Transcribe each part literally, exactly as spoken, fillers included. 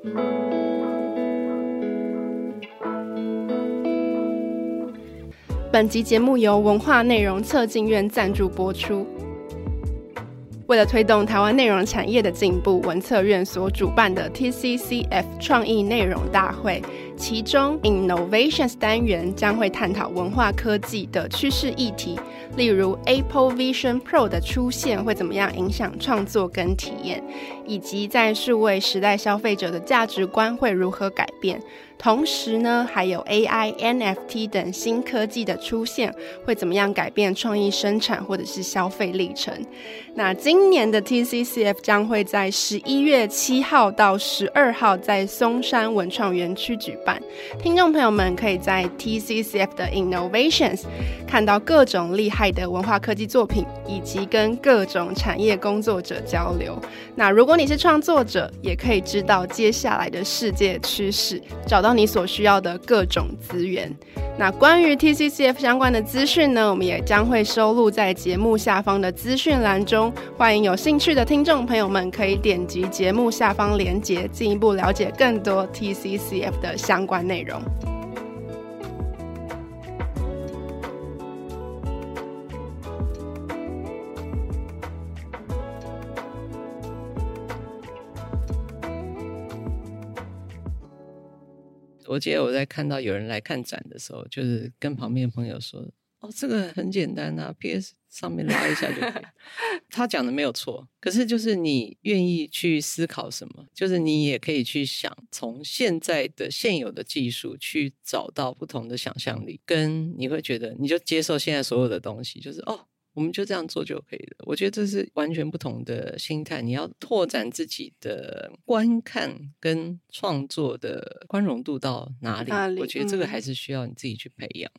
本集节目由文化内容策进院赞助播出。为了推动台湾内容产业的进步，文策院所主办的 T C C F 创意内容大会，其中 Innovations 单元将会探讨文化科技的趋势议题，例如 Apple Vision Pro 的出现会怎么样影响创作跟体验，以及在数位时代消费者的价值观会如何改变。同时呢，还有 A I、N F T 等新科技的出现会怎么样改变创意生产或者是消费历程。那今年的 T C C F 将会在十一月七号到十二号在松山文创园区举办，听众朋友们可以在 T C C F 的 Innovations 看到各种厉害的文化科技作品，以及跟各种产业工作者交流。那如果你是创作者，也可以知道接下来的世界趋势，找到你所需要的各种资源。那关于 T C C F 相关的资讯呢，我们也将会收录在节目下方的资讯栏中，欢迎有兴趣的听众朋友们可以点击节目下方连结，进一步了解更多 T C C F 的相关内容。 我记得我在看到有人来看展的时候，就是跟旁边朋友说，哦，这个很简单啊 P S 上面拉一下就可以他讲的没有错，可是就是你愿意去思考什么，就是你也可以去想从现在的现有的技术去找到不同的想象力，跟你会觉得你就接受现在所有的东西，就是哦我们就这样做就可以了。我觉得这是完全不同的心态，你要拓展自己的观看跟创作的宽容度到哪里，哪里我觉得这个还是需要你自己去培养。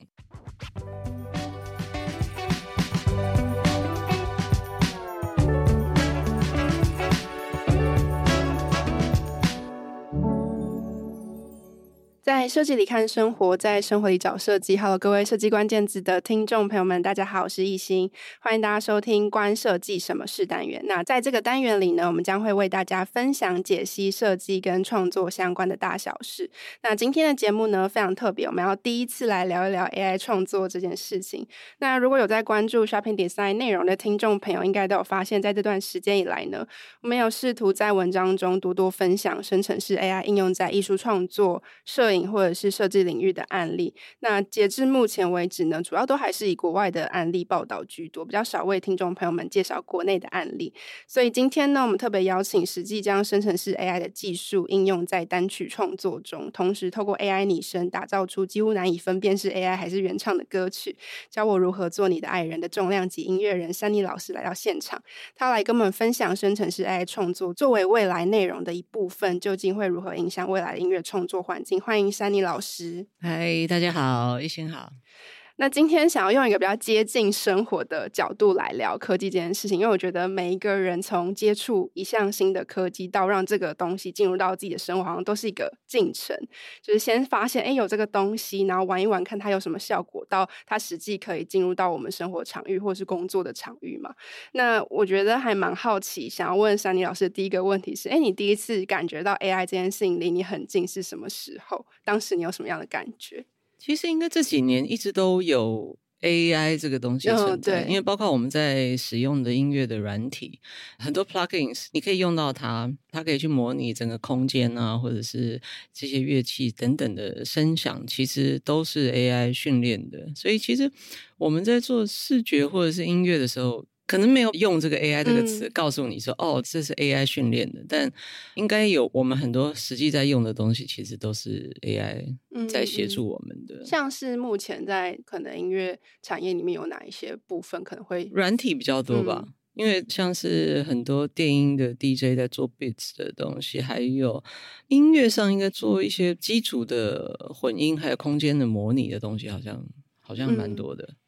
在设计里看生活，在生活里找设计。Hello， 各位设计关键字的听众朋友们，大家好，我是艺兴，欢迎大家收听关设计什么是单元。那在这个单元里呢，我们将会为大家分享解析设计跟创作相关的大小事。那今天的节目呢非常特别，我们要第一次来聊一聊 A I 创作这件事情。那如果有在关注 Shopping Design 内容的听众朋友，应该都有发现，在这段时间以来呢，我们有试图在文章中多多分享生成式 A I 应用在艺术创作、摄影或者是设计领域的案例。那截至目前为止呢，主要都还是以国外的案例报道居多，比较少为听众朋友们介绍国内的案例。所以今天呢，我们特别邀请实际将生成式 A I 的技术应用在单曲创作中，同时透过 A I 拟声打造出几乎难以分辨是 A I 还是原唱的歌曲。教我如何做你的爱人的重量级音乐人珊妮老师来到现场，他来跟我们分享生成式 A I 创作作为未来内容的一部分，究竟会如何影响未来的音乐创作环境。欢迎珊妮老师。 嗨，大家好，一心好。 那今天想要用一个比较接近生活的角度来聊科技这件事情，因为我觉得每一个人从接触一项新的科技到让这个东西进入到自己的生活，好像都是一个进程，就是先发现哎有这个东西，然后玩一玩看它有什么效果，到它实际可以进入到我们生活场域或是工作的场域嘛。那我觉得还蛮好奇，想要问珊妮老师的第一个问题是，哎，你第一次感觉到 A I 这件事情离你很近是什么时候？当时你有什么样的感觉？ 其实应该这几年一直都有 A I 这个东西存在、哦、因为包括我们在使用的音乐的软体，很多 plugins 你可以用到它，它可以去模拟整个空间啊，或者是这些乐器等等的声响，其实都是 A I 训练的。所以其实我们在做视觉或者是音乐的时候，可能没有用这个 A I 这个词告诉你说、嗯、哦这是 A I 训练的，但应该有我们很多实际在用的东西其实都是 A I 在协助我们的、嗯嗯、 像是目前在可能音乐产业里面有哪一些部分可能会软体比较多吧、嗯、因为像是很多电音的 D J 在做 beats 的东西，还有音乐上应该做一些基础的混音还有空间的模拟的东西，好像好像蛮多的、嗯，对，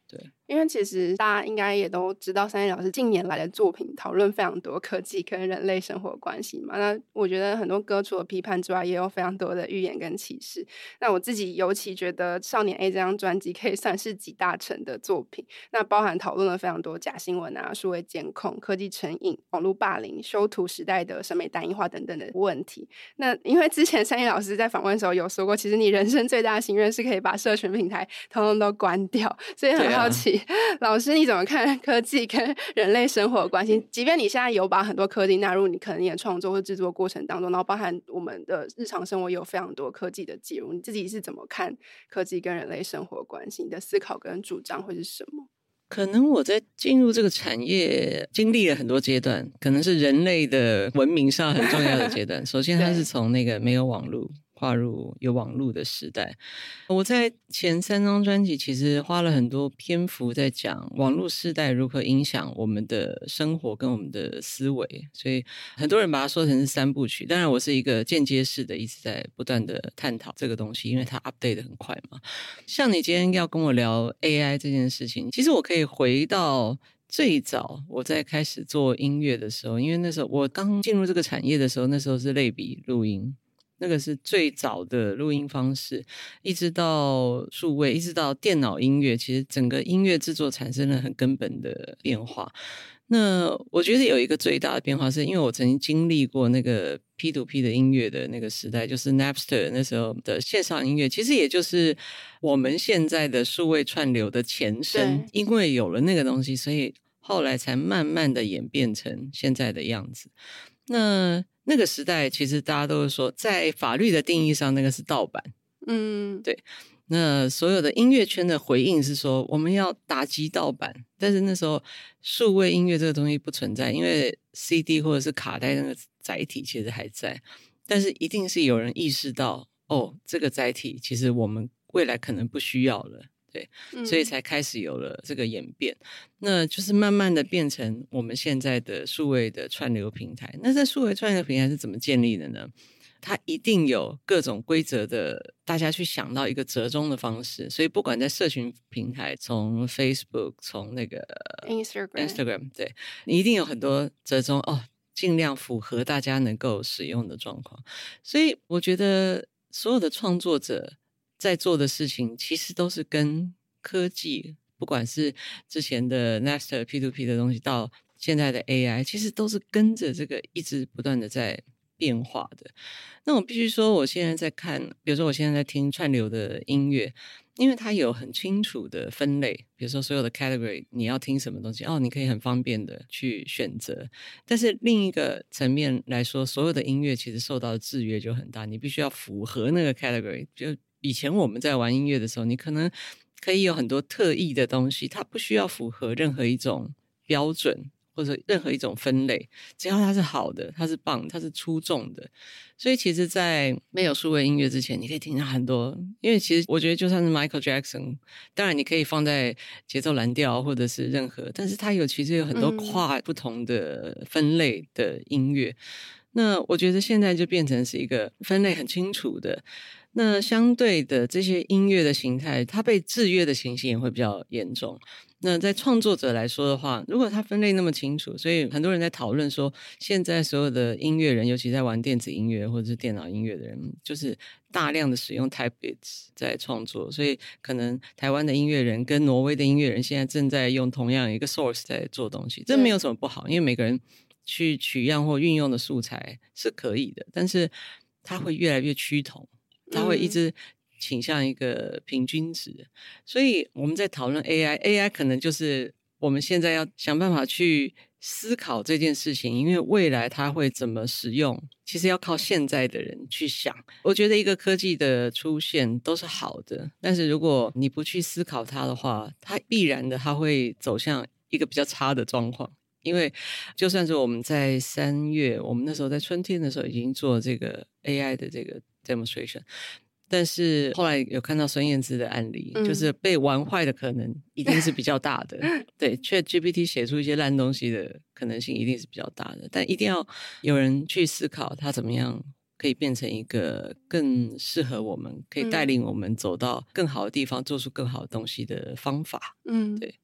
因为其实大家应该也都知道，珊妮老师近年来的作品讨论非常多科技跟人类生活关系嘛。那我觉得很多歌除了批判之外，也有非常多的预言跟启示。那我自己尤其觉得《少年 A》这张专辑可以算是集大成的作品，那包含讨论了非常多假新闻啊、数位监控、科技成瘾、网络霸凌、修图时代的审美单一化等等的问题。那因为之前珊妮老师在访问的时候有说过，其实你人生最大的心愿是可以把社群平台通通都关掉，所以很好奇、啊、老师你怎么看科技跟人类生活的关系？即便你现在有把很多科技纳入你可能你的创作或制作过程当中，然后包含我们的日常生活也有非常多科技的介入，你自己是怎么看科技跟人类生活关系？你的思考跟主张会是什么？ 可能我在进入这个产业经历了很多阶段，可能是人类的文明上很重要的阶段。首先它是从那个没有网络跨入有网络的时代。我在前三张专辑其实花了很多篇幅在讲网络时代如何影响我们的生活跟我们的思维，所以很多人把它说成是三部曲。当然我是一个间接式的一直在不断的探讨这个东西，因为它 update 得很快嘛。像你今天要跟我聊 A I 这件事情，其实我可以回到最早我在开始做音乐的时候，因为那时候我刚进入这个产业的时候，那时候是类比录音，那个是最早的录音方式，一直到数位，一直到电脑音乐，其实整个音乐制作产生了很根本的变化。那我觉得有一个最大的变化是因为我曾经经历过那个 P to P 的音乐的那个时代，就是 Napster 那时候的线上音乐，其实也就是我们现在的数位串流的前身。因为有了那个东西，所以后来才慢慢的演变成现在的样子。那那个时代其实大家都是说在法律的定义上那个是盗版，嗯，对。那所有的音乐圈的回应是说我们要打击盗版，但是那时候数位音乐这个东西不存在，因为 C D 或者是卡带那个载体其实还在，但是一定是有人意识到哦，这个载体其实我们未来可能不需要了，对，所以才开始有了这个演变。那就是慢慢的变成我们现在的数位的串流平台。那在数位串流平台是怎么建立的呢？它一定有各种规则的，大家去想到一个折中的方式。所以不管在社群平台，从 Facebook 从那个 Instagram, Instagram 对，你一定有很多折中哦，尽量符合大家能够使用的状况。所以我觉得所有的创作者在做的事情其实都是跟科技，不管是之前的 Napster P to P 的东西到现在的 A I， 其实都是跟着这个一直不断的在变化的。那我必须说我现在在看，比如说我现在在听串流的音乐，因为它有很清楚的分类，比如说所有的 category 你要听什么东西哦，你可以很方便的去选择。但是另一个层面来说，所有的音乐其实受到的制约就很大，你必须要符合那个 category。就以前我们在玩音乐的时候，你可能可以有很多特异的东西，它不需要符合任何一种标准或者任何一种分类，只要它是好的，它是棒，它是出众的。所以其实在没有数位音乐之前，你可以听到很多，因为其实我觉得就算是 Michael Jackson， 当然你可以放在节奏蓝调或者是任何，但是它有其实有很多跨不同的分类的音乐、嗯、那我觉得现在就变成是一个分类很清楚的。那相对的这些音乐的形态，它被制约的情形也会比较严重。那在创作者来说的话，如果它分类那么清楚，所以很多人在讨论说现在所有的音乐人，尤其在玩电子音乐或者是电脑音乐的人，就是大量的使用 type beats 在创作，所以可能台湾的音乐人跟挪威的音乐人现在正在用同样一个 source 在做东西，这没有什么不好，因为每个人去取样或运用的素材是可以的，但是它会越来越趋同，它会一直倾向一个平均值、嗯、所以我们在讨论 A I A I 可能就是我们现在要想办法去思考这件事情，因为未来它会怎么使用其实要靠现在的人去想。我觉得一个科技的出现都是好的，但是如果你不去思考它的话，它必然的它会走向一个比较差的状况。因为就算是我们在三月，我们那时候在春天的时候已经做这个 A I 的这个 demonstration， 但是后来有看到孙燕姿的案例、嗯、就是被玩坏的可能一定是比较大的对 ChatGPT 写出一些烂东西的可能性一定是比较大的，但一定要有人去思考它怎么样可以变成一个更适合我们，可以带领我们走到更好的地方、嗯、做出更好的东西的方法。嗯，对。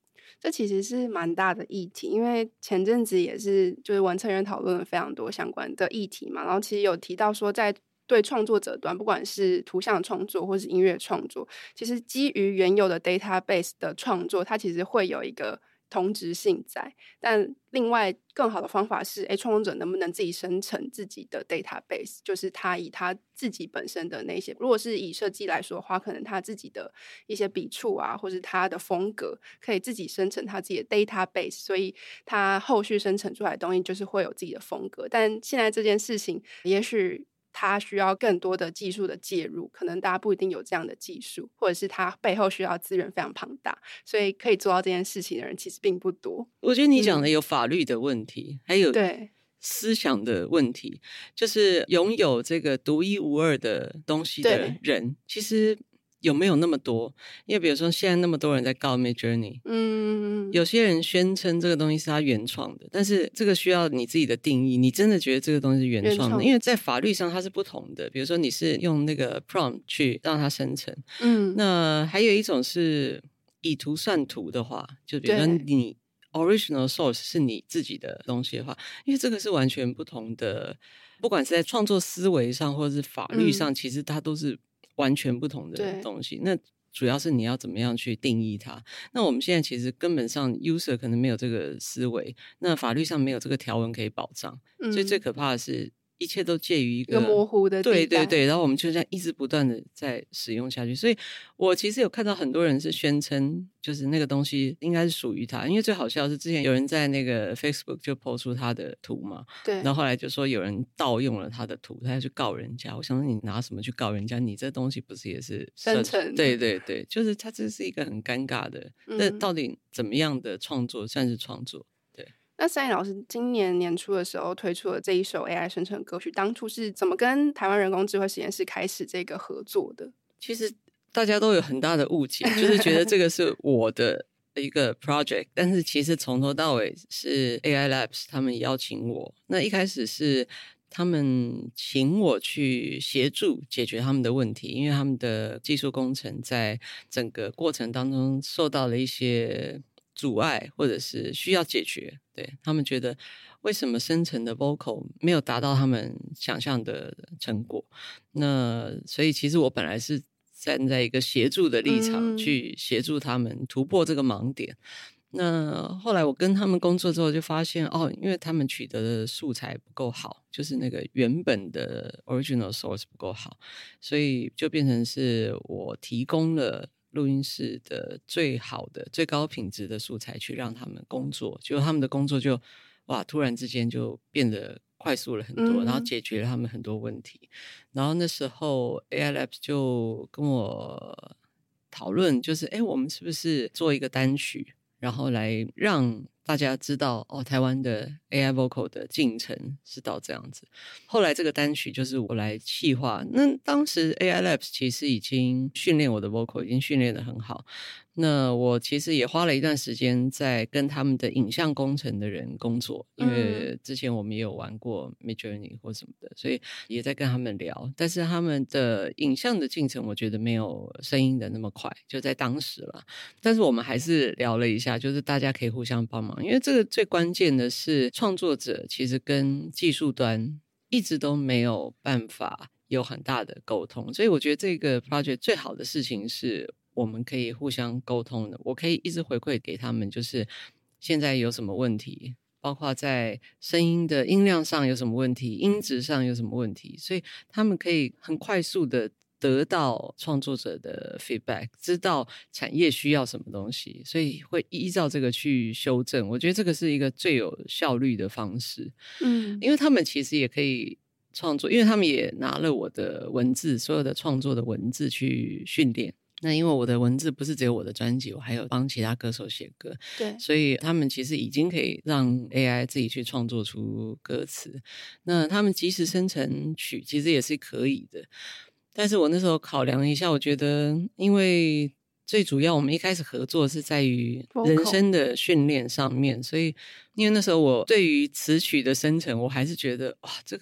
这其实是蛮大的议题，因为前阵子也是就是文策院讨论了非常多相关的议题嘛，然后其实有提到说在对创作者端，不管是图像创作或是音乐创作，其实基于原有的 database 的创作，它其实会有一个同质性在，但另外更好的方法是，诶，创作者能不能自己生成自己的 database， 就是他以他自己本身的那些，如果是以设计来说的话，可能他自己的一些笔触啊，或是他的风格，可以自己生成他自己的 database， 所以他后续生成出来的东西就是会有自己的风格。但现在这件事情，也许它需要更多的技术的介入，可能大家不一定有这样的技术，或者是它背后需要资源非常庞大，所以可以做到这件事情的人其实并不多。 我觉得你讲的有法律的问题、嗯、还有对思想的问题，就是拥有这个独一无二的东西的人其实有没有那么多？因为比如说现在那么多人在告 Midjourney， 嗯，有些人宣称这个东西是他原创的，但是这个需要你自己的定义，你真的觉得这个东西是原创的？原创，因为在法律上它是不同的。比如说你是用那个 prompt 去让它生成，嗯，那还有一种是以图算图的话，就比如说你 original source 是你自己的东西的话，因为这个是完全不同的，不管是在创作思维上或者是法律上、嗯、其实它都是完全不同的东西。那主要是你要怎么样去定义它。那我们现在其实根本上 user 可能没有这个思维，那法律上没有这个条文可以保障、嗯、所以最可怕的是一切都介于一个模糊的地带， 对对对，然后我们就这样一直不断的在使用下去。所以我其实有看到很多人是宣称就是那个东西应该是属于他，因为最好笑的是之前有人在那个 Facebook 就 po 出他的图嘛，对，然后后来就说有人盗用了他的图，他要去告人家。我想说你拿什么去告人家？你这东西不是也是生成？ 对对对，就是他这是一个很尴尬的，那、嗯、到底怎么样的创作算是创作？ 那三野老师今年年初的时候推出了这一首 A I 生成歌曲，当初是怎么跟台湾人工智慧实验室开始这个合作的？ 其实大家都有很大的误解，就是觉得这个是我的一个 project 但是其实从头到尾是 A I Labs 他们邀请我。那一开始是他们请我去协助解决他们的问题，因为他们的技术工程在整个过程当中受到了一些阻碍或者是需要解决。对，他们觉得为什么生成的 vocal 没有达到他们想象的成果，那所以其实我本来是站在一个协助的立场去协助他们突破这个盲点、嗯、那后来我跟他们工作之后就发现哦，因为他们取得的素材不够好，就是那个原本的 original source 不够好，所以就变成是我提供了录音室的最好的最高品质的素材去让他们工作，结果他们的工作就哇突然之间就变得快速了很多、嗯、然后解决了他们很多问题。然后那时候 A I Labs 就跟我讨论，就是诶我们是不是做一个单曲，然后来让大家知道哦，台湾的 A I vocal 的进程是到这样子。后来这个单曲就是我来企划，那当时 A I Labs 其实已经训练我的 vocal 已经训练得很好，那我其实也花了一段时间在跟他们的影像工程的人工作，因为之前我们也有玩过 Midjourney 或什么的，所以也在跟他们聊。但是他们的影像的进程我觉得没有声音的那么快，就在当时啦。但是我们还是聊了一下，就是大家可以互相帮忙，因为这个最关键的是创作者其实跟技术端一直都没有办法有很大的沟通，所以我觉得这个 project 最好的事情是我们可以互相沟通的，我可以一直回馈给他们，就是现在有什么问题，包括在声音的音量上有什么问题，音质上有什么问题，所以他们可以很快速的得到创作者的 feedback， 知道产业需要什么东西，所以会依照这个去修正。我觉得这个是一个最有效率的方式。嗯，因为他们其实也可以创作，因为他们也拿了我的文字，所有的创作的文字去训练。那因为我的文字不是只有我的专辑，我还有帮其他歌手写歌，对，所以他们其实已经可以让 A I 自己去创作出歌词。那他们即时生成曲其实也是可以的，但是我那时候考量一下，我觉得因为最主要我们一开始合作是在于人声的训练上面，所以因为那时候我对于词曲的生成我还是觉得哇，这个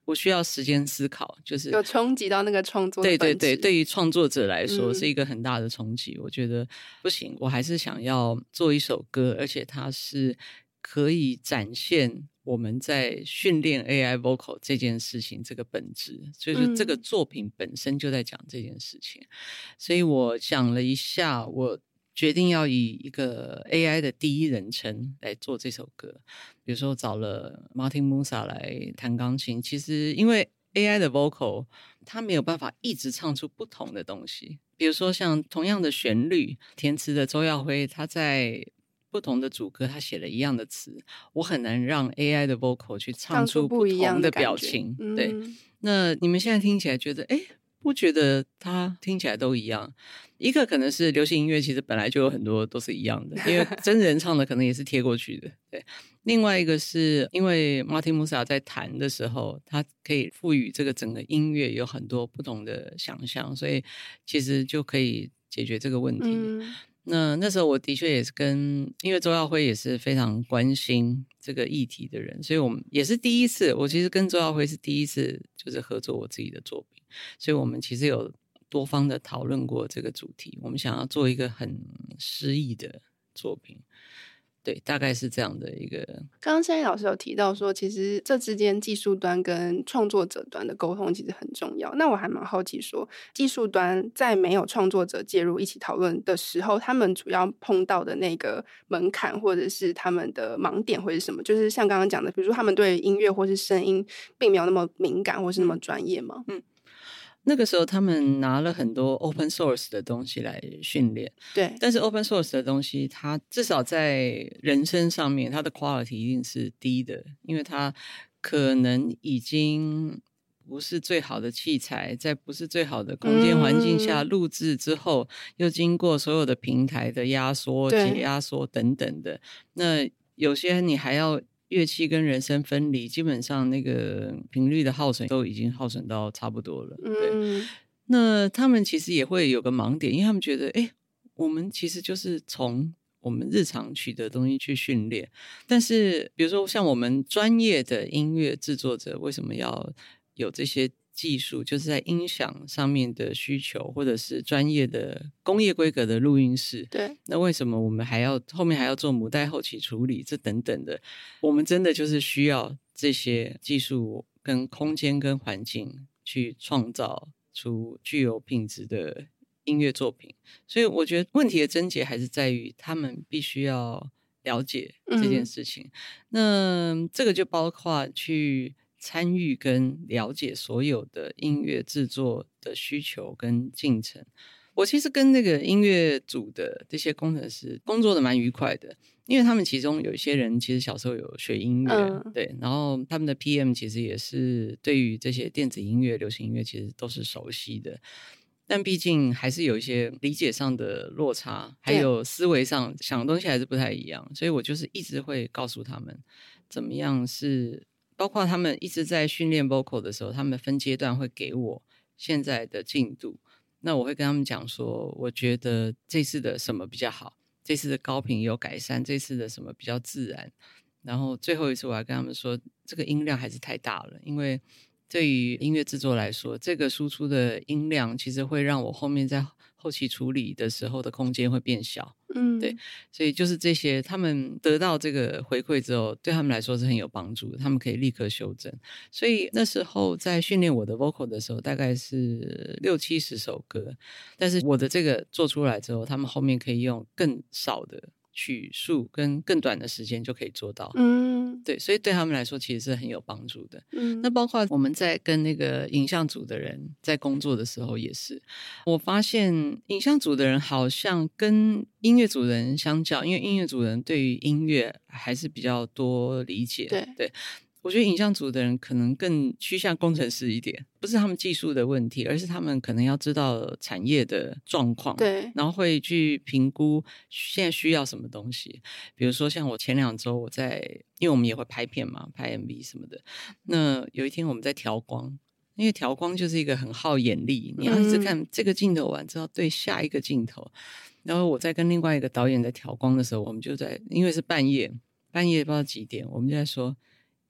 我需要时间思考，就是有冲击到那个创作的对本质。 对对，对于创作者来说、 嗯、 是一个很大的冲击。我觉得不行，我还是想要做一首歌，而且它是可以展现我们在训练 A I vocal 这件事情这个本质，就是这个作品本身就在讲这件事情、嗯、所以我想了一下，我决定要以一个 A I 的第一人称来做这首歌。比如说找了 Martin Musa 来弹钢琴，其实因为 A I 的 vocal 它没有办法一直唱出不同的东西，比如说像同样的旋律，填词的周耀辉他在不同的主歌他写了一样的词，我很难让 A I 的 vocal 去唱出不同的表情、嗯、对，那你们现在听起来觉得诶不觉得它听起来都一样？一个可能是流行音乐其实本来就有很多都是一样的，因为真人唱的可能也是贴过去的。对，另外一个是因为 Martin Musa 在弹的时候，他可以赋予这个整个音乐有很多不同的想象，所以其实就可以解决这个问题。嗯，那那时候我的确也是跟，因为周耀辉也是非常关心这个议题的人，所以我们也是第一次，我其实跟周耀辉是第一次就是合作我自己的作品，所以我们其实有多方的讨论过这个主题，我们想要做一个很诗意的作品。对，大概是这样的一个。 刚刚珊妮老师有提到说，其实这之间技术端跟创作者端的沟通其实很重要。那我还蛮好奇说，技术端在没有创作者介入一起讨论的时候，他们主要碰到的那个门槛或者是他们的盲点会是什么？就是像刚刚讲的，比如说他们对音乐或是声音并没有那么敏感或是那么专业吗？ 嗯。那个时候他们拿了很多 open source 的东西来训练， 对， 但是 open source 的东西它至少在人声上面它的 quality 一定是低的，因为它可能已经不是最好的器材，在不是最好的空间环境下录制之后、嗯、又经过所有的平台的压缩解压缩等等的，那有些你还要乐器跟人声分离，基本上那个频率的耗损都已经耗损到差不多了。对，嗯、那他们其实也会有个盲点，因为他们觉得，哎，我们其实就是从我们日常取得东西去训练，但是比如说像我们专业的音乐制作者，为什么要有这些技术，就是在音响上面的需求，或者是专业的工业规格的录音室。 对， 那为什么我们还要后面还要做母带后期处理，这等等的，我们真的就是需要这些技术跟空间跟环境去创造出具有品质的音乐作品。所以我觉得问题的症结还是在于他们必须要了解这件事情、嗯、那这个就包括去参与跟了解所有的音乐制作的需求跟进程。我其实跟那个音乐组的这些工程师工作的蛮愉快的，因为他们其中有一些人其实小时候有学音乐、嗯、对，然后他们的 P M 其实也是对于这些电子音乐流行音乐其实都是熟悉的，但毕竟还是有一些理解上的落差，还有思维上想的东西还是不太一样，所以我就是一直会告诉他们怎么样是，包括他们一直在训练 vocal 的时候，他们分阶段会给我现在的进度，那我会跟他们讲说，我觉得这次的什么比较好，这次的高频有改善，这次的什么比较自然，然后最后一次我还跟他们说，这个音量还是太大了，因为对于音乐制作来说，这个输出的音量其实会让我后面在后期处理的时候的空间会变小。嗯，对，所以就是这些，他们得到这个回馈之后，对他们来说是很有帮助的，他们可以立刻修正。所以那时候在训练我的 vocal 的时候，大概是六七十首歌，但是我的这个做出来之后，他们后面可以用更少的曲数跟更短的时间就可以做到。嗯，对，所以对他们来说其实是很有帮助的。嗯，那包括我们在跟那个影像组的人在工作的时候也是，我发现影像组的人好像跟音乐组的人相较，因为音乐组的人对于音乐还是比较多理解。对对，我觉得影像组的人可能更趋向工程师一点，不是他们技术的问题，而是他们可能要知道产业的状况，对，然后会去评估现在需要什么东西。比如说像我前两周我在，因为我们也会拍片嘛，拍 M V 什么的，那有一天我们在调光，因为调光就是一个很耗眼力，你要一直看这个镜头完之后对下一个镜头，然后我在跟另外一个导演在调光的时候，我们就在，因为是半夜半夜不知道几点，我们就在说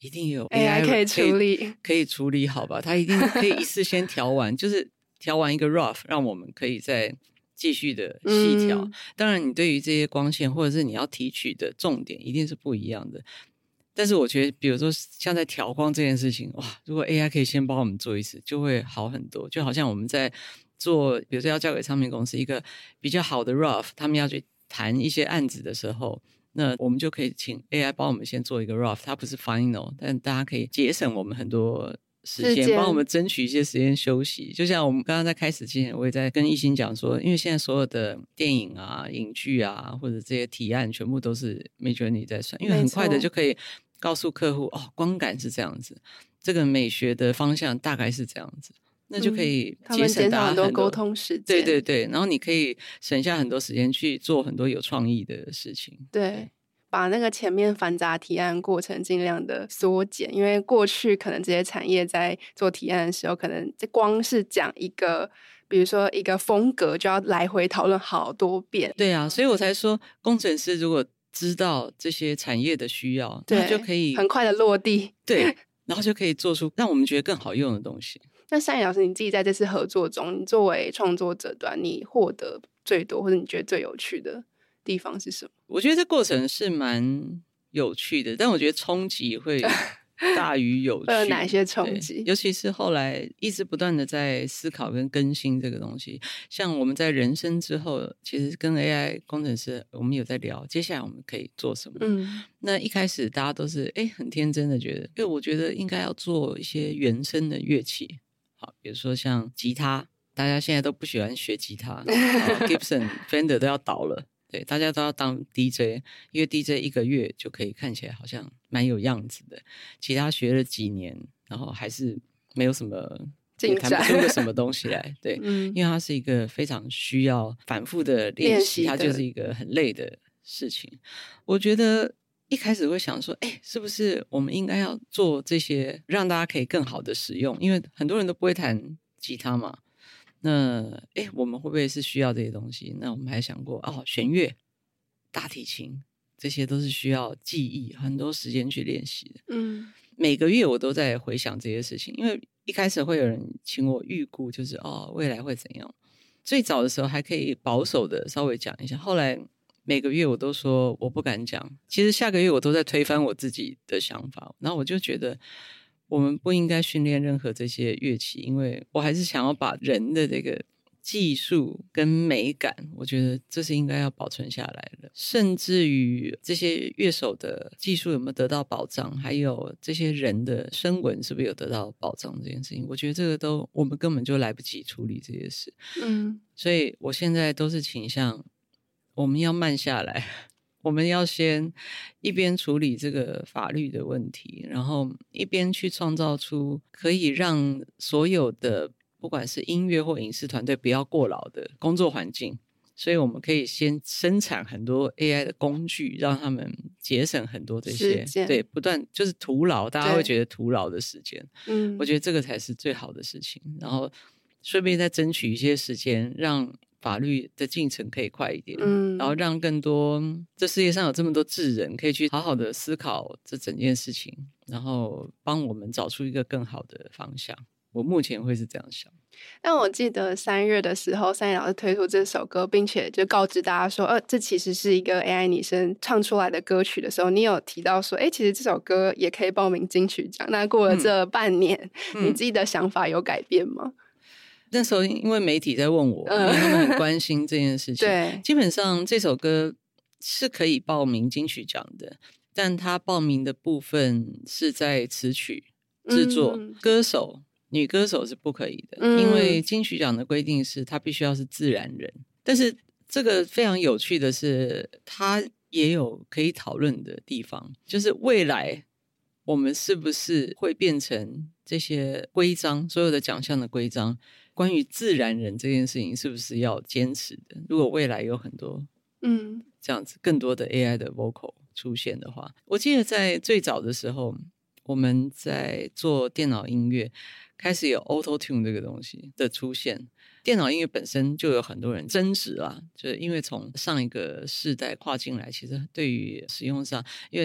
一定有 A I 可以处理， 可以处理好吧？它一定可以一次先调完，就是调完一个 rough， 让我们可以再继续的细调。嗯、当然，你对于这些光线或者是你要提取的重点一定是不一样的。但是我觉得，比如说像在调光这件事情，哇，如果 A I 可以先帮我们做一次，就会好很多。就好像我们在做，比如说要交给唱片公司一个比较好的 rough， 他们要去谈一些案子的时候，那我们就可以请 A I 帮我们先做一个 rough， 它不是 final， 但大家可以节省我们很多时间，帮我们争取一些时间休息。就像我们刚刚在开始之前，我也在跟一心讲说，因为现在所有的电影啊、影剧啊，或者这些提案全部都是 Midjourney 在算，因为很快的就可以告诉客户哦，光感是这样子，这个美学的方向大概是这样子，那就可以节省大家很多沟通时间。 对对对，然后你可以省下很多时间去做很多有创意的事情。 对，把那个前面繁杂提案过程尽量的缩减，因为过去可能这些产业在做提案的时候，可能光是讲一个比如说一个风格就要来回讨论好多遍。 对啊，所以我才说工程师如果知道这些产业的需要，那就可以很快的落地。 对，然后就可以做出让我们觉得更好用的东西。 那珊妮老师，你自己在这次合作中，你作为创作者端，你获得最多或者你觉得最有趣的地方是什么？ 我觉得这过程是蛮有趣的，但我觉得冲击会大于有趣。 会有哪些冲击？ 尤其是后来一直不断的在思考跟更新这个东西。像我们在人生之后，其实跟 A I 工程师我们有在聊接下来我们可以做什么。嗯，那一开始大家都是哎很天真的觉得，因为我觉得应该要做一些原声的乐器，好，比如说像吉他，大家现在都不喜欢学吉他Gibson、Fender 都要倒了。对，大家都要当 D J， 因为 D J 一个月就可以看起来好像蛮有样子的。其他学了几年，然后还是没有什么，也弹不出个什么东西来。对，嗯、因为它是一个非常需要反复的练习，它就是一个很累的事情。我觉得一开始会想说，哎，是不是我们应该要做这些，让大家可以更好的使用？因为很多人都不会弹吉他嘛。那诶我们会不会是需要这些东西？那我们还想过哦，弦乐、大提琴，这些都是需要记忆，很多时间去练习的。嗯，每个月我都在回想这些事情，因为一开始会有人请我预估，就是哦未来会怎样。最早的时候还可以保守的稍微讲一下，后来每个月我都说我不敢讲。其实下个月我都在推翻我自己的想法，然后我就觉得我们不应该训练任何这些乐器，因为我还是想要把人的这个技术跟美感，我觉得这是应该要保存下来的。甚至于这些乐手的技术有没有得到保障，还有这些人的声纹是不是有得到保障这件事情，我觉得这个都我们根本就来不及处理这些事。嗯，所以我现在都是倾向我们要慢下来，我们要先一边处理这个法律的问题，然后一边去创造出可以让所有的不管是音乐或影视团队不要过劳的工作环境。所以我们可以先生产很多 A I 的工具，让他们节省很多这些对不断就是徒劳，大家会觉得徒劳的时间。嗯，我觉得这个才是最好的事情。然后顺便再争取一些时间，让法律的进程可以快一点，嗯，然后让更多这世界上有这么多智人可以去好好的思考这整件事情，然后帮我们找出一个更好的方向。我目前会是这样想。 但我记得三月的时候，珊妮老师推出这首歌，并且就告知大家说，呃，这其实是一个 A I 女生唱出来的歌曲的时候，你有提到说，哎，其实这首歌也可以报名金曲奖。那过了这半年，嗯、你自己的想法有改变吗？ 那时候因为媒体在问我，因为他们很关心这件事情。对，基本上这首歌是可以报名金曲奖的，但它报名的部分是在词曲制作，嗯、歌手女歌手是不可以的，嗯、因为金曲奖的规定是它必须要是自然人。但是这个非常有趣的是，它也有可以讨论的地方，就是未来我们是不是会变成这些规章，所有的奖项的规章关于自然人这件事情是不是要坚持的？如果未来有很多嗯这样子更多的 A I 的 vocal 出现的话，我记得在最早的时候我们在做电脑音乐开始有 Auto Tune 这个东西的出现。电脑音乐本身就有很多人争执啦，就是因为从上一个世代跨进来，其实对于使用上，因为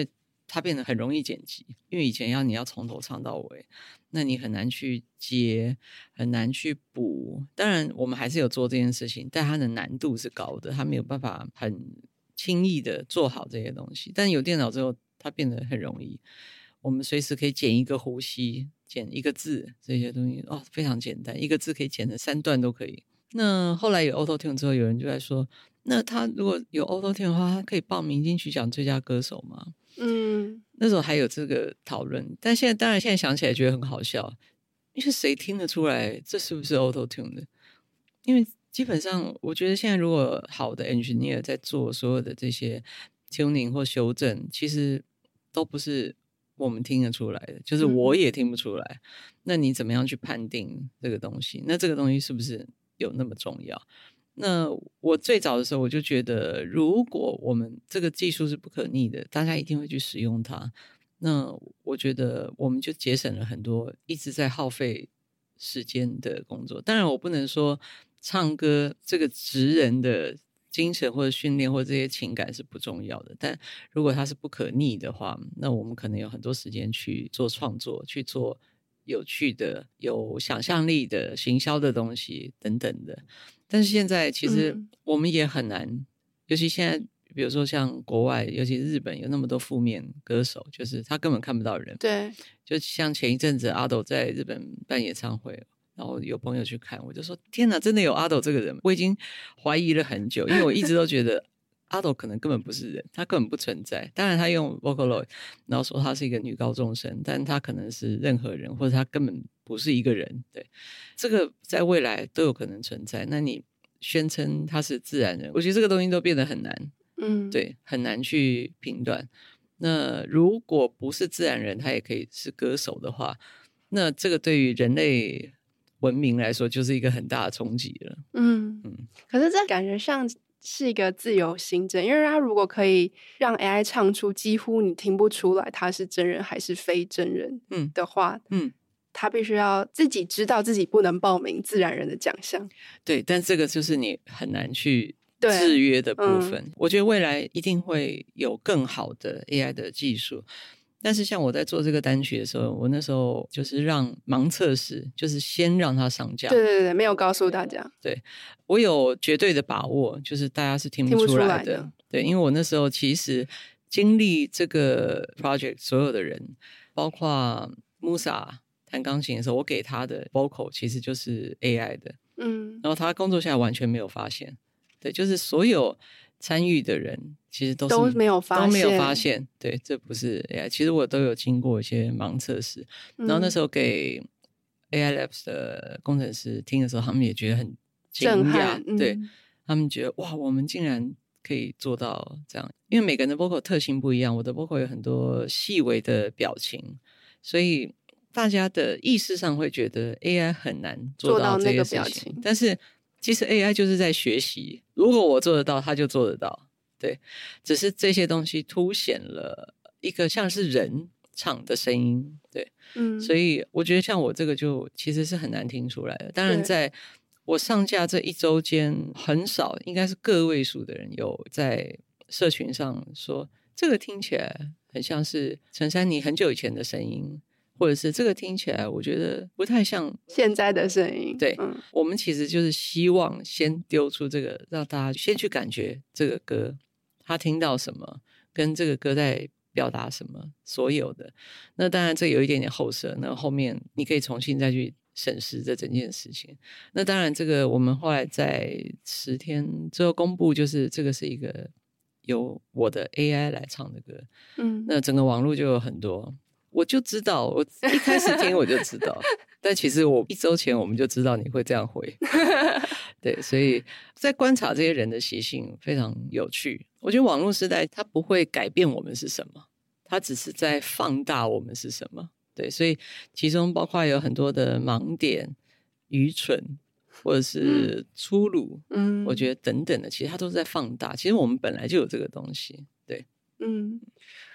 它变得很容易剪辑，因为以前要你要从头唱到尾，那你很难去接，很难去补。当然我们还是有做这件事情，但它的难度是高的，它没有办法很轻易的做好这些东西。但有电脑之后它变得很容易，我们随时可以剪一个呼吸，剪一个字，这些东西哦非常简单，一个字可以剪成三段都可以。那后来有 Auto Tune 之后，有人就在说，那他如果有 Auto Tune 的话，他可以报明金曲奖最佳歌手吗？嗯，那时候还有这个讨论，但现在当然现在想起来觉得很好笑，因为谁听得出来这是不是 Auto Tune 的？因为基本上我觉得现在如果好的 engineer 在做所有的这些 tuning 或修正，其实都不是我们听得出来的，就是我也听不出来、嗯、那你怎么样去判定这个东西？那这个东西是不是有那么重要？那我最早的时候我就觉得，如果我们这个技术是不可逆的，大家一定会去使用它，那我觉得我们就节省了很多一直在耗费时间的工作。当然我不能说唱歌这个职人的精神或者训练或者这些情感是不重要的，但如果它是不可逆的话，那我们可能有很多时间去做创作，去做有趣的有想象力的行销的东西等等的。但是现在其实我们也很难、嗯、尤其现在比如说像国外，尤其是日本有那么多负面歌手，就是他根本看不到人。 对， 就像前一阵子阿斗在日本办演唱会，然后有朋友去看，我就说天哪，真的有阿斗这个人？我已经怀疑了很久，因为我一直都觉得阿斗可能根本不是人，他根本不存在。当然他用 Vocaloid 然后说他是一个女高中生，但他可能是任何人，或者他根本不是一个人。对，这个在未来都有可能存在，那你宣称他是自然人，我觉得这个东西都变得很难。嗯，对，很难去评断。那如果不是自然人他也可以是歌手的话，那这个对于人类文明来说就是一个很大的冲击了。嗯嗯，可是这感觉像是一个自由行政，因为他如果可以让 A I 唱出几乎你听不出来他是真人还是非真人的话，嗯嗯，他必须要自己知道自己不能报名自然人的奖项。 对，但这个就是你很难去制约的部分、嗯、我觉得未来一定会有更好的 A I 的技术。但是像我在做这个单曲的时候，我那时候就是让盲测试，就是先让它上架。 对对对，没有告诉大家。 对，我有绝对的把握，就是大家是听不出来的。听不出来的。对，因为我那时候其实经历这个 project 所有的人，包括 Musa 弹钢琴的时候，我给他的 vocal 其实就是 A I 的。嗯，然后他工作下来完全没有发现。对，就是所有参与的人其实都是都没有发现， 都没有发现。对，这不是 A I。其实我都有经过一些盲测试、嗯，然后那时候给 A I Labs 的工程师听的时候，他们也觉得很惊讶、嗯，对，他们觉得哇，我们竟然可以做到这样。因为每个人的 vocal 特性不一样，我的 vocal 有很多细微的表情，所以大家的意识上会觉得 A I 很难做到这些事情，但是其实 A I 就是在学习，如果我做得到，它就做得到。对，只是这些东西凸显了一个像是人唱的声音。对，嗯，所以我觉得像我这个就其实是很难听出来的。当然，在我上架这一周间，很少，应该是个位数的人有在社群上说，这个听起来很像是陈珊妮很久以前的声音。或者是这个听起来我觉得不太像现在的声音。 对、嗯、我们其实就是希望先丢出这个，让大家先去感觉这个歌他听到什么，跟这个歌在表达什么，所有的。那当然这有一点点后设，那后面你可以重新再去审视这整件事情。那当然这个我们后来在十天之后公布，就是这个是一个由我的 A I 来唱的歌。嗯，那整个网络就有很多，我就知道，我一开始听我就知道但其实我一周前我们就知道你会这样回对，所以在观察这些人的习性非常有趣。我觉得网络时代它不会改变我们是什么，它只是在放大我们是什么。对，所以其中包括有很多的盲点、愚蠢或者是粗鲁、嗯、我觉得等等的，其实它都是在放大，其实我们本来就有这个东西。对， 嗯，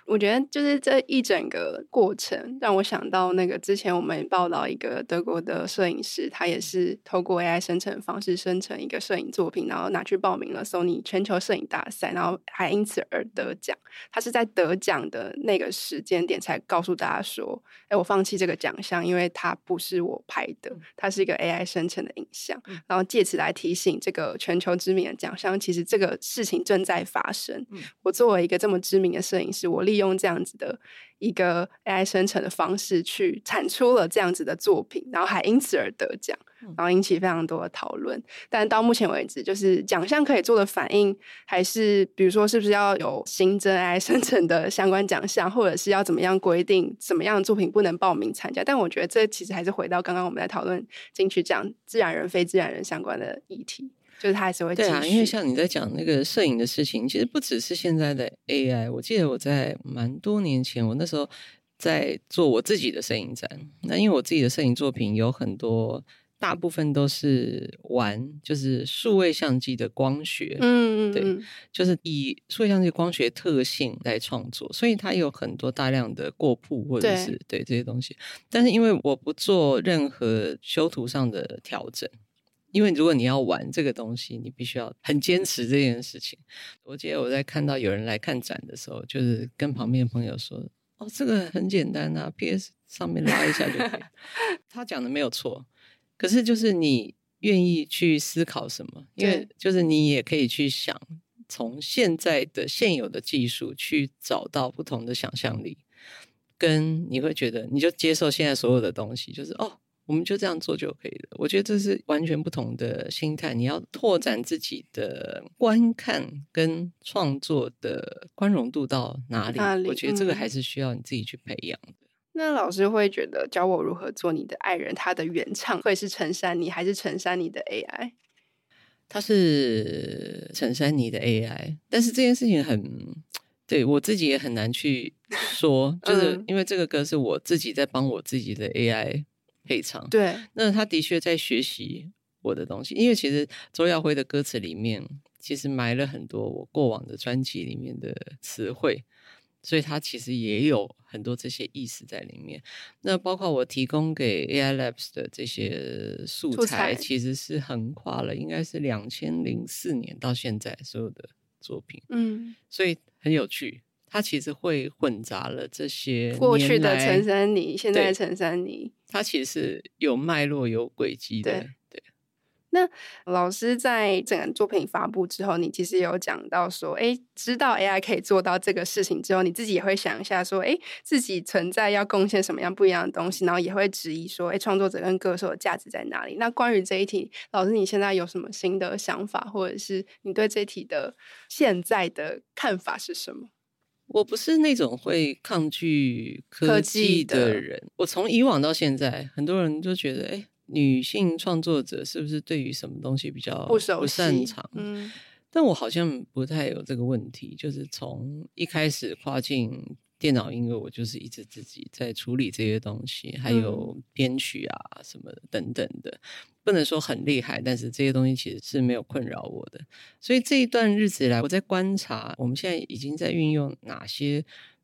我觉得就是这一整个过程让我想到那个之前我们报道一个德国的摄影师，他也是透过 A I 生成方式生成一个摄影作品，然后拿去报名了 Sony 全球摄影大赛，然后还因此而得奖。他是在得奖的那个时间点才告诉大家说，哎，我放弃这个奖项，因为它不是我拍的，它是一个 A I 生成的影像，然后借此来提醒这个全球知名的奖项，其实这个事情正在发生。我作为一个这么知名的摄影师，我利用这样子的一个 A I 生成的方式去产出了这样子的作品，然后还因此而得奖，然后引起非常多的讨论。但到目前为止，就是奖项可以做的反应还是比如说是不是要有新增 A I 生成的相关奖项，或者是要怎么样规定什么样的作品不能报名参加。但我觉得这其实还是回到刚刚我们在讨论金曲奖自然人非自然人相关的议题，就是它还是会继续。 对啊，因为像你在讲那个摄影的事情，其实不只是现在的 A I。我记得我在蛮多年前，我那时候在做我自己的摄影展。那因为我自己的摄影作品有很多，大部分都是玩就是数位相机的光学， 嗯嗯嗯， 对，就是以数位相机的光学特性来创作，所以它有很多大量的过曝或者是 对, 对这些东西。但是因为我不做任何修图上的调整。因为如果你要玩这个东西，你必须要很坚持这件事情。我记得我在看到有人来看展的时候，就是跟旁边的朋友说，哦，这个很简单啊 P S 上面拉一下就可以。他讲的没有错，可是就是你愿意去思考什么，因为就是你也可以去想从现在的现有的技术去找到不同的想象力，跟你会觉得你就接受现在所有的东西，就是哦我们就这样做就可以了。我觉得这是完全不同的心态，你要拓展自己的观看跟创作的宽容度到哪里，哪里我觉得这个还是需要你自己去培养的。嗯， 那老师会觉得教我如何做你的爱人，他的原唱会是陈珊妮还是陈珊妮的 A I？ 他是陈珊妮的 A I， 但是这件事情很对我自己也很难去说就是因为这个歌是我自己在帮我自己的 A I配唱， 对， 那他的确在学习我的东西，因为其实周耀辉的歌词里面其实埋了很多我过往的专辑里面的词汇，所以他其实也有很多这些意思在里面。那包括我提供给 A I Labs 的这些素材, 素材其实是横跨了应该是二零零四年到现在所有的作品，嗯，所以很有趣，它其实会混杂了这些过去的陈珊妮现在的陈珊妮， 它其实是有脉络有轨迹的。 对, 对。 那老师在整个作品发布之后，你其实有讲到说诶知道 A I 可以做到这个事情之后，你自己也会想一下说诶自己存在要贡献什么样不一样的东西，然后也会质疑说诶创作者跟歌手的价值在哪里。那关于这一题，老师你现在有什么新的想法，或者是你对这一题的现在的看法是什么？ 我不是那种会抗拒科技的人，我从以往到现在很多人就觉得诶女性创作者是不是对于什么东西比较不擅长，嗯，但我好像不太有这个问题，就是从一开始跨进电脑音乐，我就是一直自己在处理这些东西，还有编曲啊什么的等等的，不能说很厉害，但是这些东西其实是没有困扰我的。所以这一段日子以来，我在观察我们现在已经在运用哪些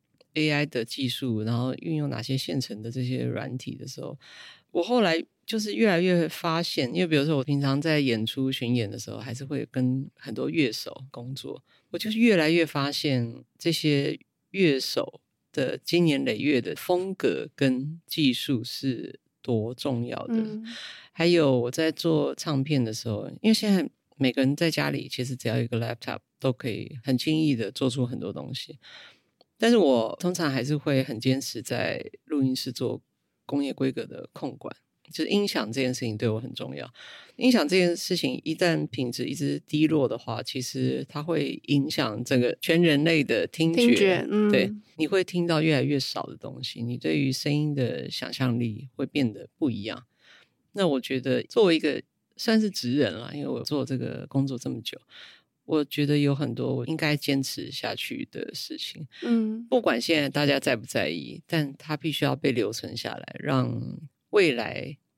A I 的技术，然后运用哪些现成的这些软体的时候，我后来就是越来越发现，因为比如说我平常在演出巡演的时候还是会跟很多乐手工作，我就是越来越发现这些乐手的经年累月的风格跟技术是多重要的、嗯、还有我在做唱片的时候，因为现在每个人在家里其实只要有一个 laptop 都可以很轻易的做出很多东西，但是我通常还是会很坚持在录音室做工业规格的控管，就是音响这件事情对我很重要。音响这件事情一旦品质一直低落的话，其实它会影响整个全人类的听觉, 听觉、嗯、对，你会听到越来越少的东西，你对于声音的想象力会变得不一样。那我觉得作为一个算是职人啦，因为我做这个工作这么久，我觉得有很多我应该坚持下去的事情，嗯，不管现在大家在不在意，但它必须要被留存下来，让未来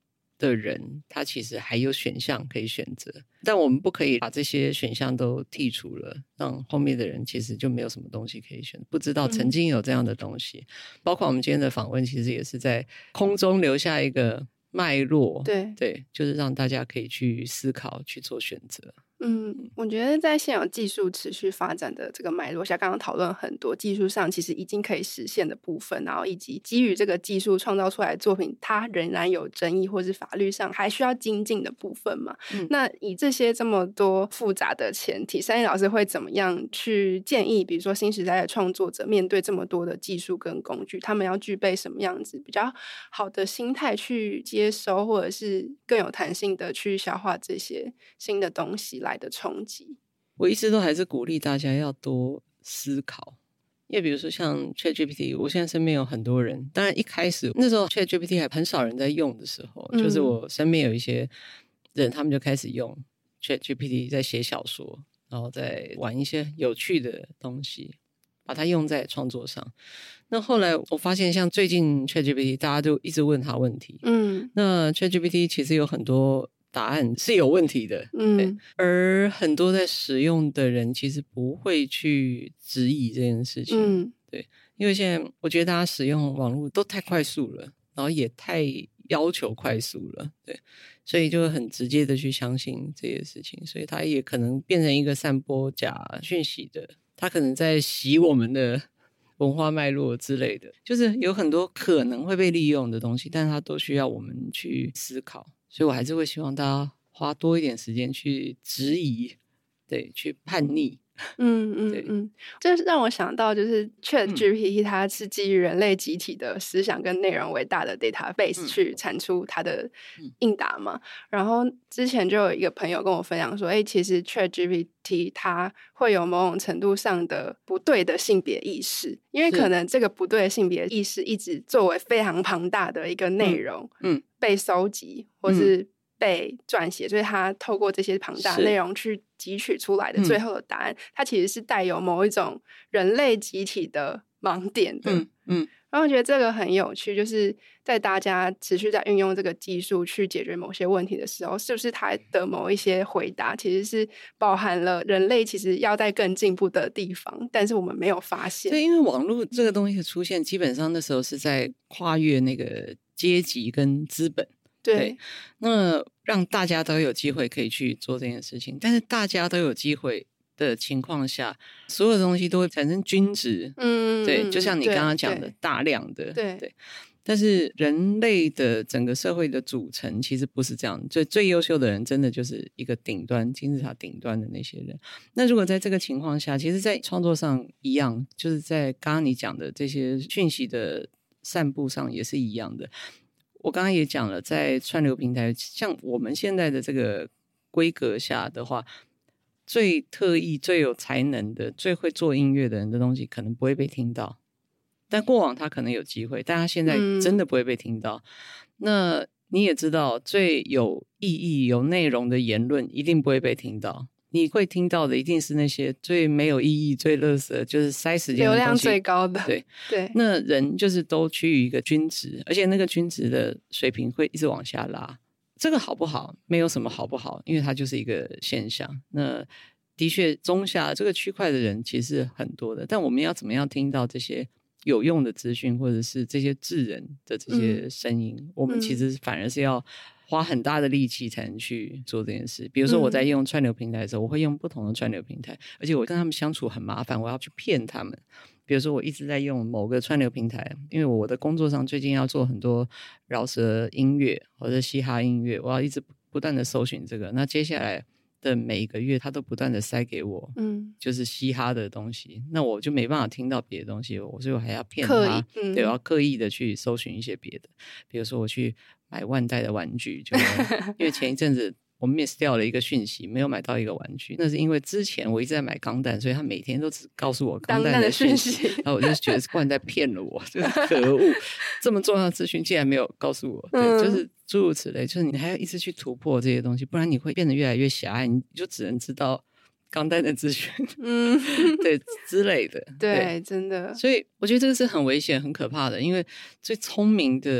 的人他其实还有选项可以选择，但我们不可以把这些选项都剔除了，让后面的人其实就没有什么东西可以选，不知道曾经有这样的东西、嗯、包括我们今天的访问其实也是在空中留下一个脉络， 对对，就是让大家可以去思考去做选择。 嗯，我觉得在现有技术持续发展的这个脉络下，刚刚讨论很多技术上其实已经可以实现的部分，然后以及基于这个技术创造出来的作品它仍然有争议或是法律上还需要精进的部分嘛、嗯、那以这些这么多复杂的前提，珊妮老师会怎么样去建议比如说新时代的创作者面对这么多的技术跟工具，他们要具备什么样子比较好的心态去接收，或者是更有弹性的去消化这些新的东西来的冲击？ 我一直都还是鼓励大家要多思考，因为比如说像 ChatGPT， 我现在身边有很多人，当然一开始那时候 ChatGPT 还很少人在用的时候、嗯、就是我身边有一些人他们就开始用 ChatGPT 在写小说，然后在玩一些有趣的东西，把它用在创作上。那后来我发现像最近 ChatGPT 大家就一直问他问题，嗯，那 ChatGPT 其实有很多答案是有问题的，嗯，而很多在使用的人其实不会去质疑这件事情，嗯，对，因为现在我觉得大家使用网络都太快速了，然后也太要求快速了，对，所以就很直接的去相信这些事情，所以它也可能变成一个散播假讯息的，它可能在洗我们的文化脉络之类的，就是有很多可能会被利用的东西，但它都需要我们去思考。所以我还是会希望大家花多一点时间去质疑，对，去叛逆。 嗯嗯嗯，这让我想到就是 ChatGPT 它是基于人类集体的思想跟内容为大的 database 去产出它的应答嘛、嗯、然后之前就有一个朋友跟我分享说，哎，其实 ChatGPT 它会有某种程度上的不对的性别意识，因为可能这个不对的性别意识一直作为非常庞大的一个内容嗯被收集或是被撰写、嗯、所以他透过这些庞大的内容去汲取出来的最后的答案、嗯、它其实是带有某一种人类集体的盲点的。嗯嗯，然后我觉得这个很有趣，就是在大家持续在运用这个技术去解决某些问题的时候，是不是它的某一些回答其实是包含了人类其实要在更进步的地方，但是我们没有发现。 对，因为网络这个东西的出现基本上那时候是在跨越那个阶级跟资本， 对, 对，那让大家都有机会可以去做这件事情，但是大家都有机会的情况下，所有东西都会产生均值，嗯，对，就像你刚刚讲的大量的，对对。但是人类的整个社会的组成其实不是这样，最最优秀的人真的就是一个顶端金字塔顶端的那些人。那如果在这个情况下，其实在创作上一样，就是在刚刚你讲的这些讯息的散布上也是一样的。我刚刚也讲了，在串流平台像我们现在的这个规格下的话，最特意最有才能的最会做音乐的人的东西可能不会被听到，但过往他可能有机会，但他现在真的不会被听到、嗯、那你也知道最有意义有内容的言论一定不会被听到，你会听到的一定是那些最没有意义最垃圾就是塞时间的东西， 流量最高的， 对对。 那人就是都趋于一个均值，而且那个均值的水平会一直往下拉，这个好不好没有什么好不好，因为它就是一个现象。那的确中下这个区块的人其实很多的，但我们要怎么样听到这些有用的资讯或者是这些智人的这些声音、嗯、我们其实反而是要花很大的力气才能去做这件事。比如说我在用串流平台的时候、嗯、我会用不同的串流平台，而且我跟他们相处很麻烦，我要去骗他们。比如说我一直在用某个串流平台，因为我的工作上最近要做很多饶舌音乐或者嘻哈音乐，我要一直不断的搜寻这个，那接下来的每一个月他都不断的塞给我嗯，就是嘻哈的东西，那我就没办法听到别的东西，我所以我还要骗他、嗯、对，我要刻意的去搜寻一些别的，比如说我去买万代的玩具，就因为前一阵子我 miss 掉了一个讯息，没有买到一个玩具，那是因为之前我一直在买钢弹，所以他每天都只告诉我钢弹的讯息，然后我就觉得万代骗了我，就是可恶，这么重要的资讯竟然没有告诉我，对、嗯，就是诸如此类，就是你还要一直去突破这些东西，不然你会变得越来越狭隘，你就只能知道钢弹的资讯，嗯，对之类的， 对, 对，真的， 所以我觉得这个是很危险很可怕的，因为最聪明的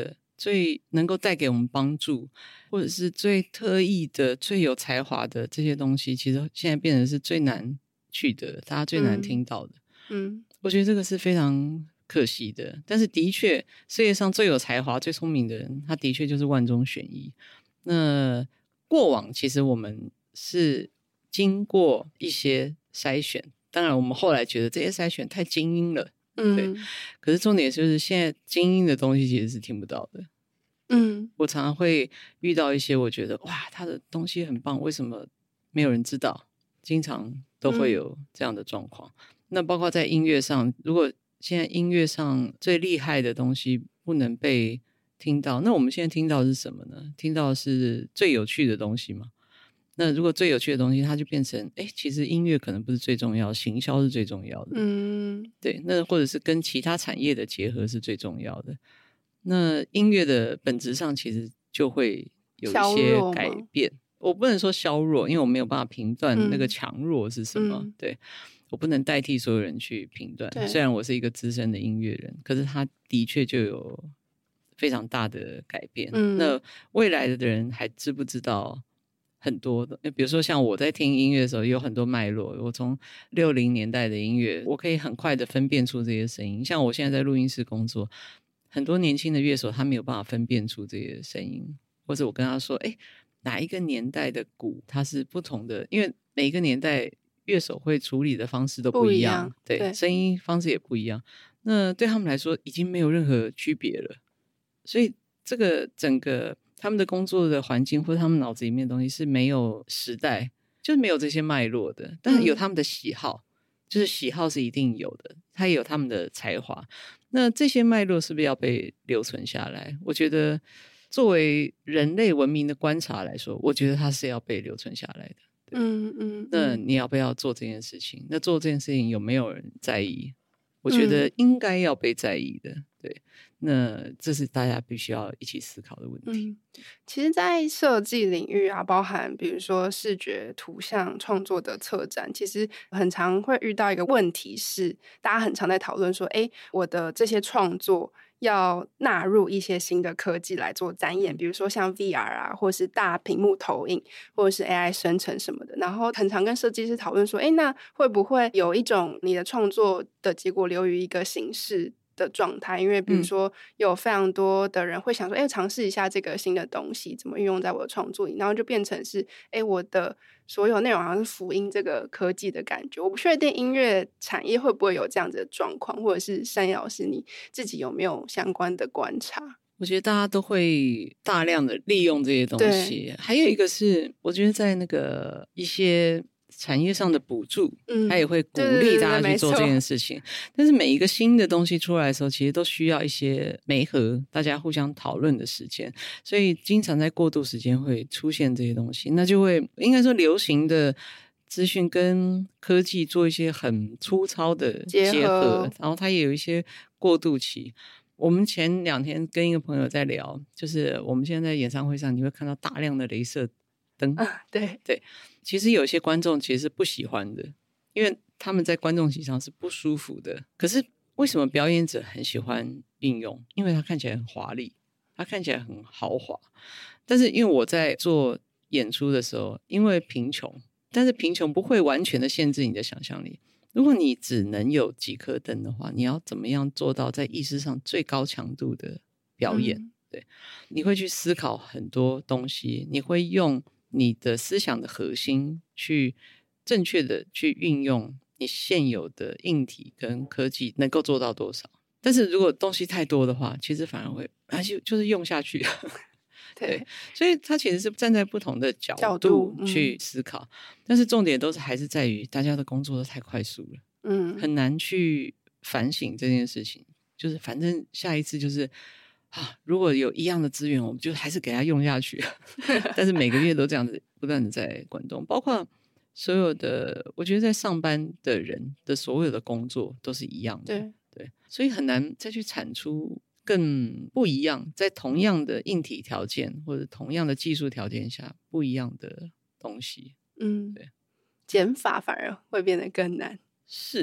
最能够带给我们帮助，或者是最特意的最有才华的这些东西，其实现在变成是最难取得，大家最难听到的。嗯，我觉得这个是非常可惜的，但是的确世界上最有才华最聪明的人，他的确就是万中选一。那过往其实我们是经过一些筛选，当然我们后来觉得这些筛选太精英了，嗯，对。可是重点就是现在精英的东西其实是听不到的。嗯，我常常会遇到一些我觉得哇他的东西很棒，为什么没有人知道，经常都会有这样的状况。嗯，那包括在音乐上，如果现在音乐上最厉害的东西不能被听到，那我们现在听到的是什么呢？听到的是最有趣的东西吗？那如果最有趣的东西它就变成哎，其实音乐可能不是最重要，行销是最重要的。嗯，对，那或者是跟其他产业的结合是最重要的。那音乐的本质上其实就会有一些改变，我不能说削弱，因为我没有办法评断那个强弱是什么。嗯，对，我不能代替所有人去评断，虽然我是一个资深的音乐人，可是他的确就有非常大的改变。嗯，那未来的人还知不知道很多的，比如说像我在听音乐的时候有很多脉络，我从六零年代的音乐我可以很快的分辨出这些声音，像我现在在录音室工作，很多年轻的乐手他没有办法分辨出这些声音，或者我跟他说哎，哪一个年代的鼓它是不同的，因为每一个年代乐手会处理的方式都不一样，不一样， 对， 对，声音方式也不一样，那对他们来说已经没有任何区别了。所以这个整个他们的工作的环境或者他们脑子里面的东西是没有时代，就是没有这些脉络的，但是有他们的喜好，嗯，就是喜好是一定有的，他也有他们的才华，那这些脉络是不是要被留存下来？我觉得作为人类文明的观察来说，我觉得它是要被留存下来的。嗯嗯，那你要不要做这件事情？那做这件事情有没有人在意？我觉得应该要被在意的。嗯，对，那这是大家必须要一起思考的问题。 嗯，其实在设计领域啊，包含比如说视觉图像创作的策展，其实很常会遇到一个问题是，大家很常在讨论说，诶，我的这些创作要纳入一些新的科技来做展演，比如说像 V R 啊，或是大屏幕投影，或者是 A I 生成什么的，然后很常跟设计师讨论说，诶，那会不会有一种你的创作的结果流于一个形式的状态？因为比如说有非常多的人会想说，哎，尝试一下这个新的东西怎么运用在我的创作里，然后就变成是哎，我的所有内容好像是福音这个科技的感觉。我不确定音乐产业会不会有这样子的状况，或者是山野老师你自己有没有相关的观察？ 我觉得大家都会大量的利用这些东西，还有一个是我觉得在那个一些产业上的补助，嗯，他也会鼓励大家去做这件事情。但是每一个新的东西出来的时候，其实都需要一些媒合，大家互相讨论的时间，所以经常在过渡时间会出现这些东西，那就会应该说流行的资讯跟科技做一些很粗糙的结合, 结合然后它也有一些过渡期。我们前两天跟一个朋友在聊，就是我们现在在演唱会上你会看到大量的雷射灯、啊、 对对，其实有些观众其实是不喜欢的，因为他们在观众席上是不舒服的。可是为什么表演者很喜欢运用？因为它看起来很华丽，它看起来很豪华。但是因为我在做演出的时候，因为贫穷，但是贫穷不会完全的限制你的想象力。如果你只能有几颗灯的话，你要怎么样做到在意识上最高强度的表演、嗯、对，你会去思考很多东西，你会用你的思想的核心去正确的去运用你现有的硬体跟科技能够做到多少。但是如果东西太多的话，其实反而会啊就就是用下去对, 对，所以他其实是站在不同的角度去思考、嗯、但是重点都是还是在于大家的工作都太快速了，嗯，很难去反省这件事情，就是反正下一次就是啊，如果有一样的资源我们就还是给他用下去但是每个月都这样子不断的在滚动，包括所有的我觉得在上班的人的所有的工作都是一样的， 对, 对，所以很难再去产出更不一样，在同样的硬体条件或者同样的技术条件下不一样的东西。嗯，对， 减法反而会变得更难。 是，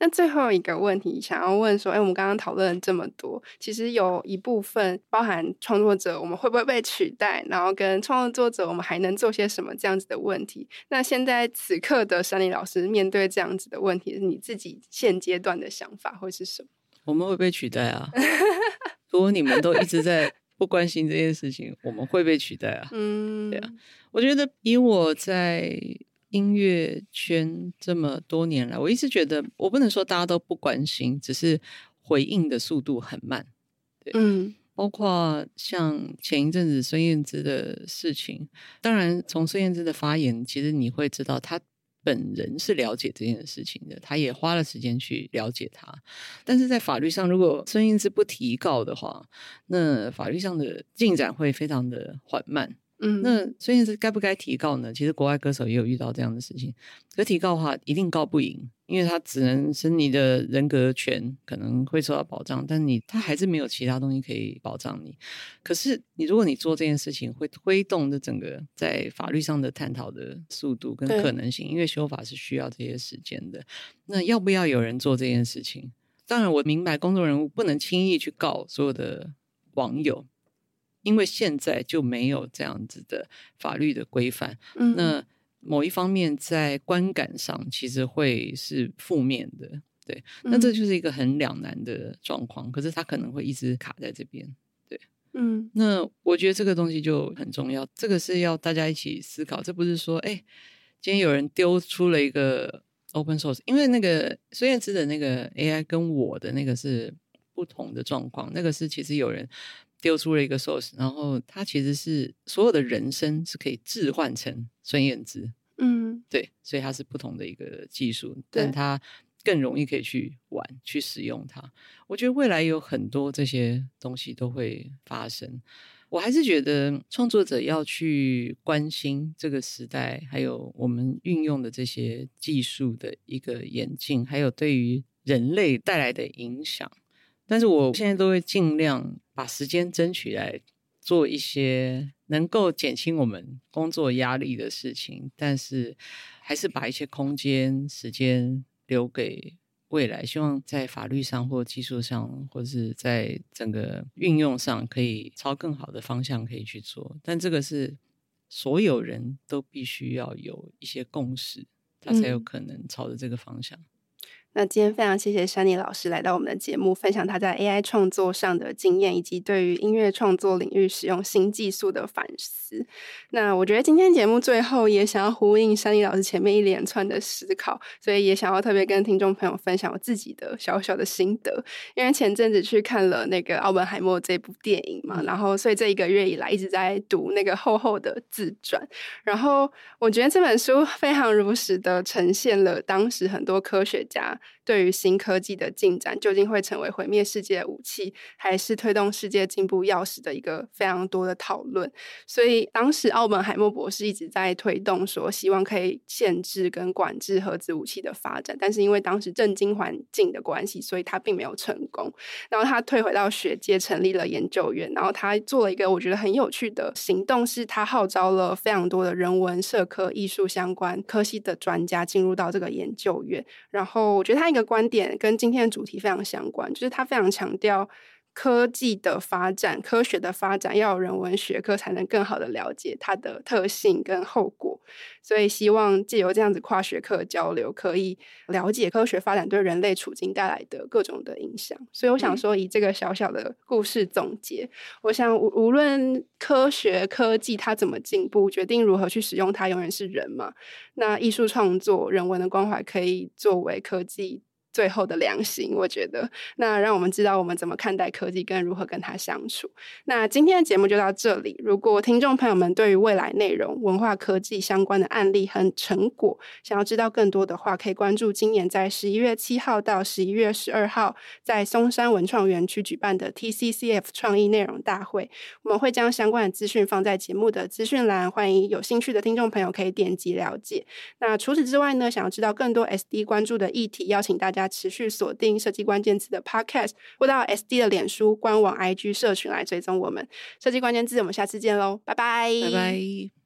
那最后一个问题想要问说，哎，我们刚刚讨论了这么多，其实有一部分包含创作者我们会不会被取代，然后跟创作者我们还能做些什么这样子的问题。那现在此刻的珊妮老师面对这样子的问题，你自己现阶段的想法会是什么？ 我们会被取代啊如果你们都一直在不关心这件事情，我们会被取代啊。嗯，对啊。我觉得以我在音乐圈这么多年来，我一直觉得我不能说大家都不关心，只是回应的速度很慢。对，嗯，包括像前一阵子孙燕姿的事情，当然从孙燕姿的发言，其实你会知道她本人是了解这件事情的，他也花了时间去了解它。但是在法律上，如果孙燕姿不提告的话，那法律上的进展会非常的缓慢。嗯，那孙燕姿该不该提告呢？其实国外歌手也有遇到这样的事情，可提告的话一定告不赢，因为他只能是你的人格权可能会受到保障，但你他还是没有其他东西可以保障你。可是你如果你做这件事情，会推动的整个在法律上的探讨的速度跟可能性，因为修法是需要这些时间的。那要不要有人做这件事情？当然我明白公众人物不能轻易去告所有的网友，因为现在就没有这样子的法律的规范。嗯，那某一方面在观感上其实会是负面的，对，那这就是一个很两难的状况。可是它可能会一直卡在这边，对，嗯，那我觉得这个东西就很重要，这个是要大家一起思考。这不是说，哎，今天有人丢出了一个 open source， 因为那个孙燕姿的那个 A I 跟我的那个是不同的状况，那个是其实有人丢出了一个 source， 然后它其实是所有的人声是可以置换成孙燕姿，嗯，对，所以它是不同的一个技术，但它更容易可以去玩去使用它。我觉得未来有很多这些东西都会发生。我还是觉得创作者要去关心这个时代，还有我们运用的这些技术的一个演进，还有对于人类带来的影响。但是我现在都会尽量把时间争取来做一些能够减轻我们工作压力的事情，但是还是把一些空间时间留给未来，希望在法律上或技术上或是在整个运用上可以朝更好的方向可以去做。但这个是所有人都必须要有一些共识，他才有可能朝着这个方向。 那今天非常谢谢珊妮老师来到我们的节目，分享她在 A I 创作上的经验，以及对于音乐创作领域使用新技术的反思。那我觉得今天节目最后也想要呼应珊妮老师前面一连串的思考，所以也想要特别跟听众朋友分享我自己的小小的心得。因为前阵子去看了那个奥本海默这部电影嘛，然后所以这一个月以来一直在读那个厚厚的自传，然后我觉得这本书非常如实的呈现了当时很多科学家对于新科技的进展究竟会成为毁灭世界的武器，还是推动世界进步钥匙的一个非常多的讨论。所以当时奥本海默博士一直在推动说希望可以限制跟管制核子武器的发展，但是因为当时政经环境的关系，所以他并没有成功。然后他退回到学界成立了研究院，然后他做了一个我觉得很有趣的行动，是他号召了非常多的人文社科艺术相关科系的专家进入到这个研究院。然后我觉得他一个观点跟今天的主题非常相关，就是他非常强调科技的发展，科学的发展要有人文学科才能更好的了解它的特性跟后果。所以希望藉由这样子跨学科交流，可以了解科学发展对人类处境带来的各种的影响。所以我想说以这个小小的故事总结，我想无论科学科技它怎么进步，决定如何去使用它永远是人嘛。那艺术创作人文的关怀可以作为科技最后的良心，我觉得那让我们知道我们怎么看待科技跟如何跟它相处。那今天的节目就到这里，如果听众朋友们对于未来内容文化科技相关的案例和成果想要知道更多的话，可以关注今年在十一月七号到十一月十二号在松山文创园区举办的 T C C F 创意内容大会，我们会将相关的资讯放在节目的资讯栏，欢迎有兴趣的听众朋友可以点击了解。那除此之外呢，想要知道更多 S D 关注的议题，邀请大家持续锁定设计关键字的 Podcast， 或到 S D 的脸书官网 I G 社群来追踪我们。设计关键字，我们下次见咯，拜拜， 拜拜。